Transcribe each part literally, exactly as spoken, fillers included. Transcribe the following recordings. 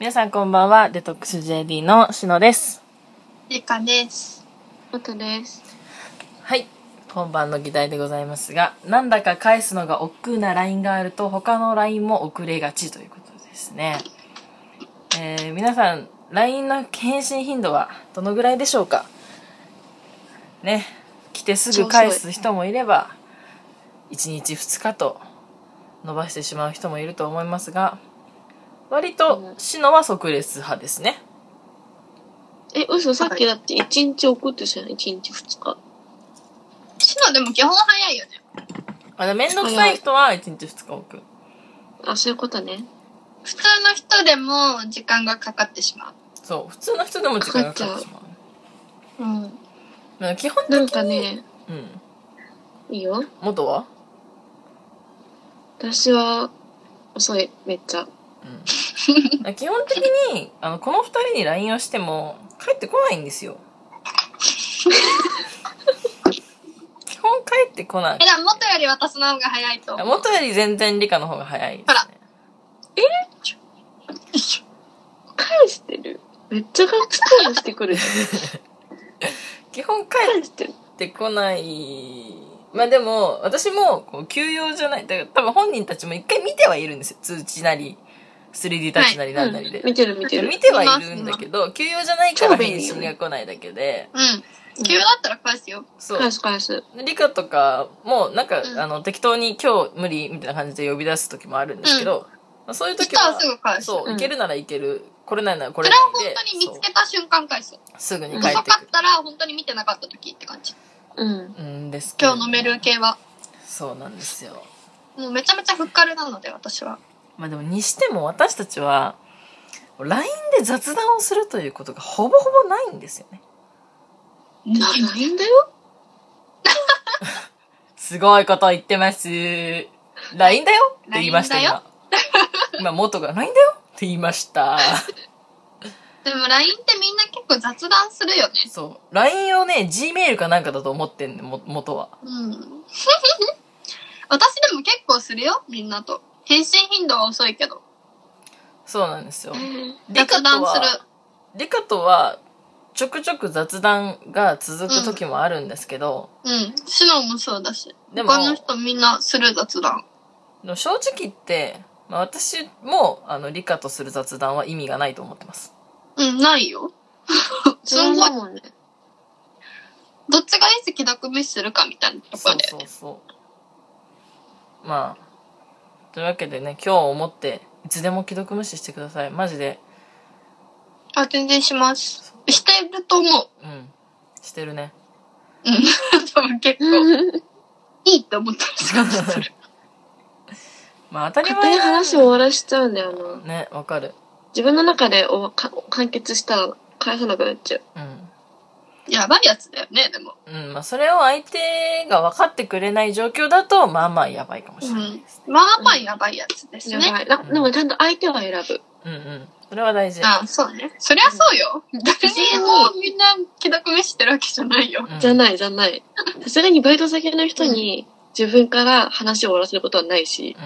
皆さんこんばんは。デトックス ジェーディー のしのです。 りかです。 またです。 はい、本番の議題でございますが、なんだか返すのが億劫な ライン があると他の ライン も遅れがちということですね。えー、皆さん ライン の返信頻度はどのぐらいでしょうかね。来てすぐ返す人もいればいちにちふつかと伸ばしてしまう人もいると思いますが、割とシノは即レス派ですね。 え、嘘、さっきだっていちにち送ってたよね、いちにちふつか。 シノでも基本早いよね。 あ、めんどくさい人はいちにちふつか置く。 あ、そういうことね。 普通の人でも時間がかかってしまう。 そう、普通の人でも時間がかかってしまう。 うん。 だから基本的になんかね、 うん。 いいよ。 元は私は遅い、めっちゃ。 うん、基本的にあのこのふたりに ライン をしても帰ってこないんですよ。基本帰ってこない。 え、だ元より私の方が早いと思う。 元より全然理科の方が早いですね。 ほら。 え返してる。めっちゃガッツポーズしてくる。 基本帰ってこない。まあでも私もこう休養じゃない。だから多分本人たちも一回見てはいるんですよ。通知なり スリーディー タッチなりなんなりで、 はいうん、見てる見てる。 見てはいるんだけど、休養じゃないから返信が来ないだけで。 うん。休養だったら返すよ。 そう。 返す返す。 理科とかもなんか、 うん、 あの適当に今日無理みたいな感じで呼び出す時もあるんですけど、うん、そういう時はすぐ返す。 そう、行けるなら行ける、来れないなら来れないで。 なで。 それは本当に見つけた瞬間返す。 すぐに帰ってくる。 遅かったら本当に見てなかった時って感じ。 うん。 うんですけど、 今日のメール系は。 そうなんですよ。 もうめちゃめちゃふっかるなので私は。 まあでもにしても私たちは ライン で雑談をするということがほぼほぼないんですよね。 ないラインだよ。 すごいこと言ってます。ライン だよって言いました今。今元が ライン だよって言いました。 でも ライン ってみんな結構雑談するよね。 そう。ライン をね、Gmail かなんかだと思ってんね、も、元は。 うん。私でも結構するよ、みんなと。返信頻度は遅いけど。 そうなんですよ。 雑談する。 リカとは、ちょくちょく雑談が続く時もあるんですけど。 うん。うん、シノもそうだし。 でも他の人みんなする雑談。 でも正直言って、まあ、私も、あの、リカとする雑談は意味がないと思ってます。 うん、ないよ。 すごいもんね。 どっちがいつ既読無視するかみたいなところで。 そうそうそう。まあ、というわけでね、今日をもって、いつでも既読無視してください。マジで。 あ、全然します。してると思う。 うん。してるね。 うん。多分結構、いいって思ったらする。 まあ当たり前勝手に話を終わらしちゃうんだよな。 ね、わかる。 自分の中でおか完結したら返さなくなっちゃう。 うん。 やばいやつだよね、でも。 うん、まあそれを相手が分かってくれない状況だと、まあまあやばいかもしれないです、ね。 うん。まあまあやばいやつですね。 やばい。なでもちゃんと相手は選ぶ。 うんうん。それは大事。 ああ、そうね。そりゃそうよ。誰にもみんな既読無視してるわけじゃないよ。 うん、 じゃない、じゃない。さすがにバイト先の人に自分から話を終わらせることはないし。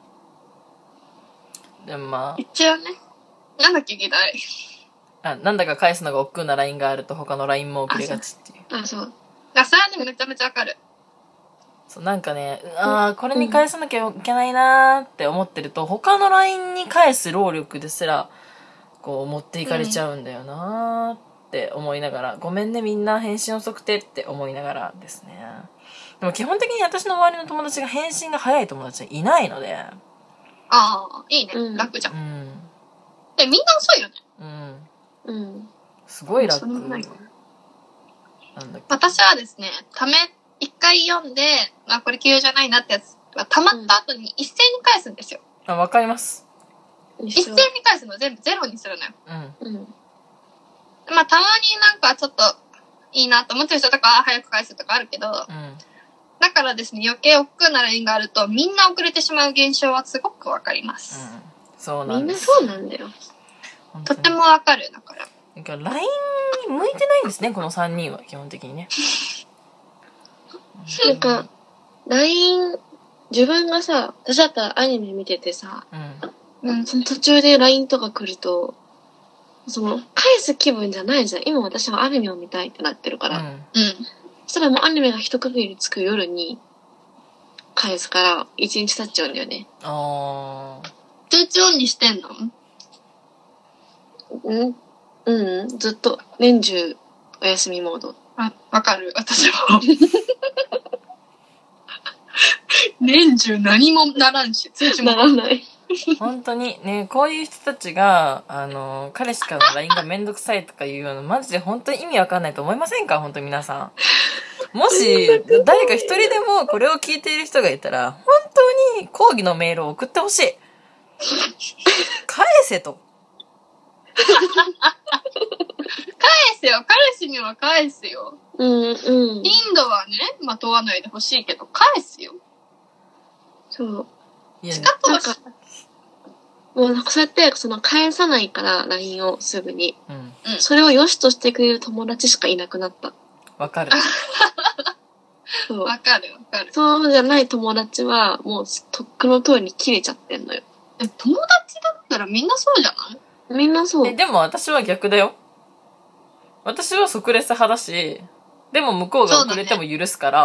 うん。でもまあ。 一応ね。なんだっけ、議題。 あ、なんだか返すのが億劫な ライン があると他の ライン も遅れがちっていう。 あ、そう。 あ、それはね、めちゃめちゃわかる。 そう、なんかね、ああ、これに返さなきゃいけないなーって思ってると、他の ライン に返す労力ですら、こう、持っていかれちゃうんだよなーって思いながら、ごめんねみんな返信遅くてって思いながらですね。でも基本的に私の周りの友達が返信が早い友達はいないので。 ああ、いいね。 うん、 楽じゃん。 うん。 で、みんな遅いよね。 うん。 うん。 すごい楽。 それもないかな。なんだっけ。 私はですね、ため、一回読んで、あ、これ急じゃないなってやつが溜まった後に一斉に返すんですよ。 あ、わかります。 一斉に返すの全部ゼロにするのよ。 うん。 うん。 まあ、たまになんかちょっといいなと思ってる人とかは早く返すとかあるけど、 うん。 だからですね、余計億劫なラインがあるとみんな遅れてしまう現象はすごくわかります。 うん。そうなんです。 みんなそうなんだよ。 とってもわかる、だから。 だから ライン に向いてないんですね、このさんにんは基本的にね。 なんか、ライン、自分がさ、私だったらアニメ見ててさ、 うん。 うん、 その途中で ライン とか来ると、 その、返す気分じゃないじゃん。今私はアニメを見たいってなってるから。 うん。 うん。 そしたらもうアニメが一区切りつく夜に返すから、一日経っちゃうんだよね。 あー。 通知オンにしてんの？ うんうん、ずっと年中お休みモード。 あ、わかる。私も。年中何もならんし、通知もならない。 本当にね、こういう人たちが、あの、彼氏からの ライン がめんどくさいとかいうの、マジで本当に意味わかんないと思いませんか？本当に皆さん。もし、誰か一人でもこれを聞いている人がいたら、本当に抗議のメールを送ってほしい。返せと。 返せよ。彼氏には返すよ。 うんうん。 頻度はね、まあ問わないでほしいけど、返すよ。 そう。 いや、 しかなんか、もうなんかそうやってその返さないから ライン をすぐに。 うん。 それを良しとしてくれる友達しかいなくなった。 わかる。 そう。 わかるわかる。 そうじゃない友達はもうとっくの通りに切れちゃってんのよ。 え、友達だったらみんなそうじゃない？ みんなそう。 え、でも私は逆だよ。私は即レス派だし、でも向こうが遅れても許すから、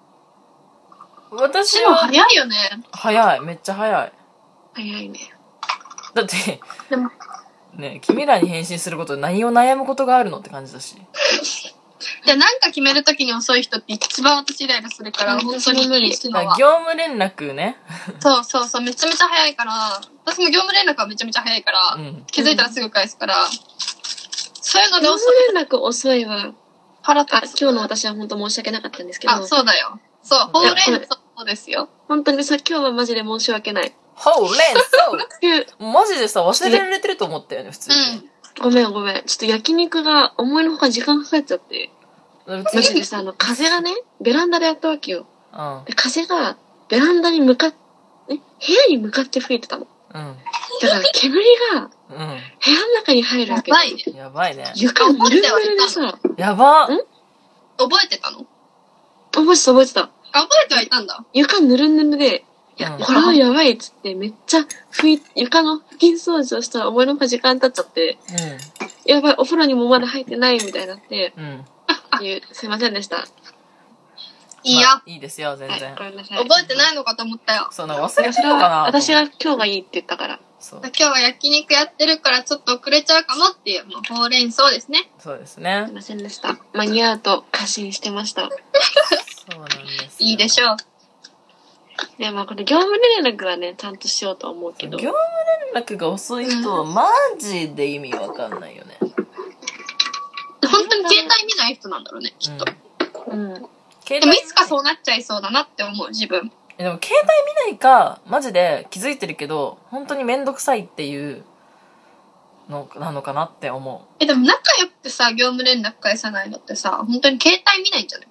私でもは、 早いよね。 早い。めっちゃ早い。 早いね。 だって、 でも、 ね、君らに返信することで何を悩むことがあるのって感じだし。 で、なんか決めるときに遅い人って一番私イライラするから、 うん本当に無理するのは。 だから業務連絡ね。 そうそうそう、めちゃめちゃ早いから、私も業務連絡はめちゃめちゃ早いから、 うん。 気づいたらすぐ返すから、そういうので業遅い。 務連絡遅いわ。 腹あ、 立つ。 今日の私は本当申し訳なかったんですけど。 あ、そうだよ。そう、ほうれん草ですよ。 本当にさ、今日はマジで申し訳ない。 ほうれん今日草マジでさ、忘れられてると思ったよね、普通うに。 ん。 ごめんごめん。ちょっと焼肉が思いのほか時間かかっちゃって。 うん。 マジでさ、あの、風がね、ベランダでやったわけよ。 うん。 で風がベランダに向かっ、え部屋に向かって吹いてたの。 うん。 だから煙がう部屋の中に入るやわけ。 ばいね。 ん。やばいね。 床ぬるぬるでさ、 やばん覚えてたの？ 覚えてた覚えてた。 あ、覚えてはいたんだ。 床ぬるぬるで、いや、 うんこれはやばいっつってめっちゃ拭い、床の拭き掃除をしたら思いのほか時間経っちゃって、やばい、お風呂にもまだ入ってないみたいになって、 うん。うん。 っていう、すいませんでした。 いいよ。 まあいいですよ、全はい、 然ご。めんなさい。 覚えてないのかと思ったよ。 そう、なんか忘れそれは、 てるのかな私が今日がいいって言ったから。 そう。 今日は焼肉やってるからちょっと遅れちゃうかもっていう、もうほうれん草ですね。 そうですすねい。ませんでした。間に合うと過信してました。 そうなんですよ。 いいでしょう。 で、まあこれ業務連絡はね、ちゃんとしようとは思うけど。 業務連絡が遅い人はマジで意味わかんないよね。 本当に携帯見ない人なんだろうね、きっと。 うん。 うん。 携でもいつかそうなっちゃいそうだなって思う、自分。 でも携帯見ないか、マジで気づいてるけど、本当にめんどくさいっていうのなのかなって思え、でも仲良くてさ、業務連絡返さないのってさ、本当に携帯見ないんじゃない？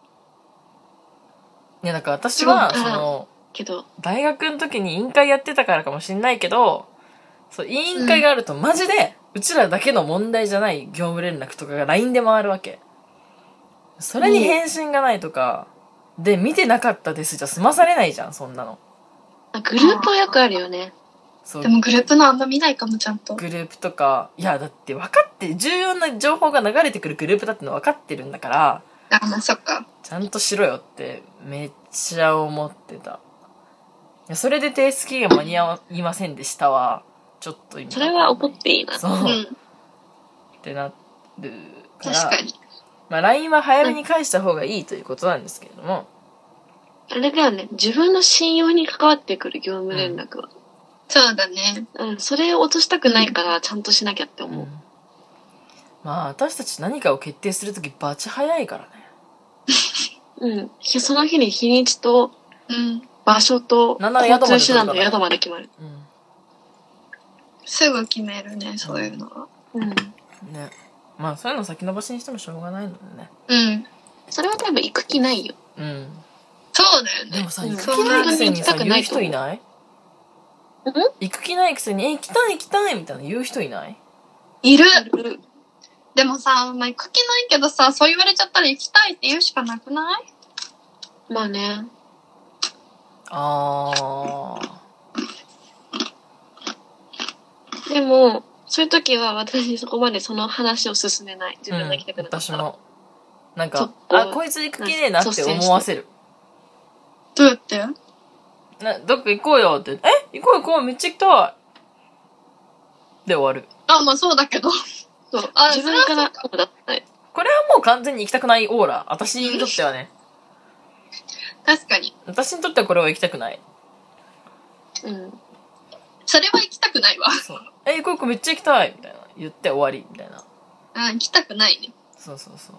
う。いや、だから私は、 そうその、 けど、 大学の時に委員会やってたからかもしんないけど、そう、委員会があるとマジで、うちらだけの問題じゃない業務連絡とかが ライン で回るわけ。それに返信がないとか、で、見てなかったですじゃ済まされないじゃん、そんなの。 あグループはよくあるよね。 そうで。もグループのあんま見ないかも、ちゃんと。 グループとか、いや、だって分かって、重要な情報が流れてくるグループだっての分かってるんだから、 あ、まあそっか。 ちゃんとしろよってめっちゃ思ってた。いやそれで提出期限間に合いませんでしたわ。ちょっと今。 それは怒っていいな。 そう、 うん。 ってなるから。 確かに。 まあ ライン は早めに返した方がいいということなんですけれども。 あれだよね。自分の信用に関わってくる業務連絡は。 そうだね。 うん、それを落としたくないから、ちゃんとしなきゃって思う。 うんまあ私たち何かを決定するときバチ早いからね。 うん。ひその日に日にちとうん。 場所となんなら交宿まで取るから通手段の宿まで決まる。 うん。 すぐ決めるね、そういうのは。 うん。 ね。まあそういうの先延ばしにしてもしょうがないのでね。 うん。 それは多分行く気ないよ。 うん。 そうだよね。 でもさ、 うん行く気ないくせにさ、 そんなに行きたくない言う人いないうん行く気ないくせに、え、行きたい行きたいみたいな言う人いないいる。でもさ、まあ、行く気ないけどさ、そう言われちゃったら行きたいって言うしかなくない？ まあね。 あー。 でも、 そういう時は私そこまでその話を進めない。自分が行きたくなかったら。 私も。なんかちょっ、とあ、こいつ行く気ねえなって思わせる。 どうやってな、どっか行こうよって、え行こう行こう、めっちゃ行きたい。で終わる。 あ、まあそうだけど。 そう。 あ自分からこうだったね。 これはもう完全に行きたくないオーラ。私にとってはね。 確かに。 私にとってはこれは行きたくない。 うん。 それは行きたくないわ。 そう。え、行こう行こう、めっちゃ行きたいみたいな。言って終わり、みたいな。 あ、行きたくないね。 そうそうそう。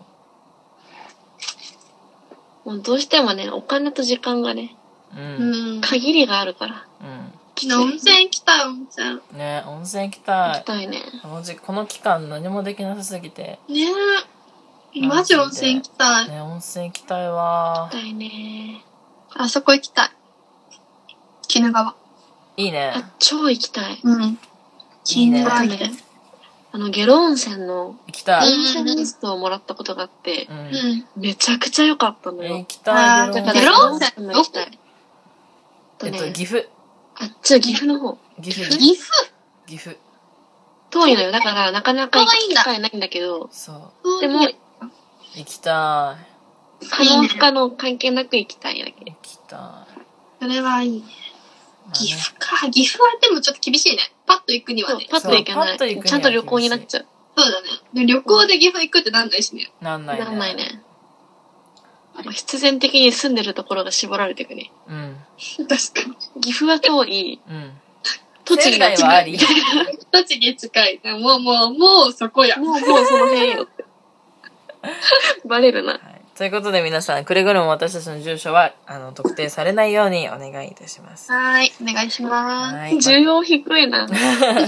もうどうしてもね、お金と時間がね、 う。 うんん。 限りがあるから。 うん。 きつい温泉行きたい、温泉。 ね、温泉行きたい行き。たいね。 このじこの期間何もできなさすぎて。 ねえ。マジ温泉行きたい。 ね、温泉行きたいわ行きたいね。 あそこ行きたい。鬼怒川。 いいね。 あ、超行きたい。 うん。 いいね鬼怒川行きたい。 あの、ゲロ温泉の行きたい。 温泉リストをもらったことがあってう、ん。 うん。 めちゃくちゃ良かったのよ。 え行きたい。 あーゲロだから、 ゲロ温泉ゲロ温泉も行きたい。とえっと、 ね、 岐阜。 あっちは岐阜の方。 岐阜ね。 岐阜岐阜。 遠いのよ。だから、なかなか行く機遠いんだ会ないんだけど、 そう。 でも、 行きた可能不可能関係なく行きたいんだけい。行きたい。まそれはいいね。 あね岐阜か。岐阜はでもちょっと厳しいね。パッと行くにど、そうはね。 パッと行けない。 そうパッと行くにはちゃんと旅行になっちゃう。 そうだね。で旅行で岐阜行くってなんないしね。 なんないね。 なんないね。まあ必然的に住んでるところが絞られていくね。 うん。 確かに。 岐阜は遠い。 うん。 栃木が仙台はあり近い。 栃木近い。もうもう、もうそこや。 もう、もうその辺よって。バレるな。 はい。ということで皆さん、くれぐれも私たちの住所は、あの、特定されないようにお願いいたします。 はーい。お願いします。 はい。ま需要低いな。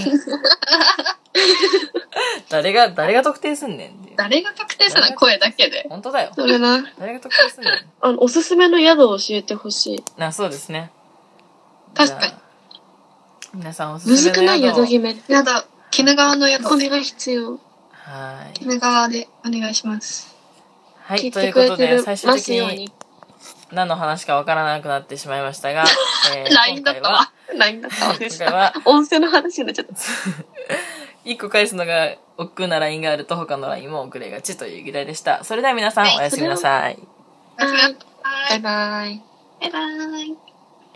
誰が、誰が特定すんねんっていう。 誰が確定するの声だけで。 本当だよ。 それな。 誰が特定すんねん。 あの、おすすめの宿を教えてほしい。 な、そうですね。 確かにじゃあ。皆さんおすむずくないすめの宿を宿姫って。 やだ。鬼怒川の宿。 お願い必要。 はい。 鬼怒川でお願いします。 はい、 聞いということで、 てくれてる最終的ますようにに。 何の話かわからなくなってしまいましたが、えーライン だったわ今回は、。 ラインだったわでした。 今回は、 温泉の話になっちゃった。 一個返すのが億劫な ライン があると他の ライン も遅れがちという議題でした。それでは皆さん、 はいおやすみなさい。 おやすみなさい。 バイバイ。 バイバイ。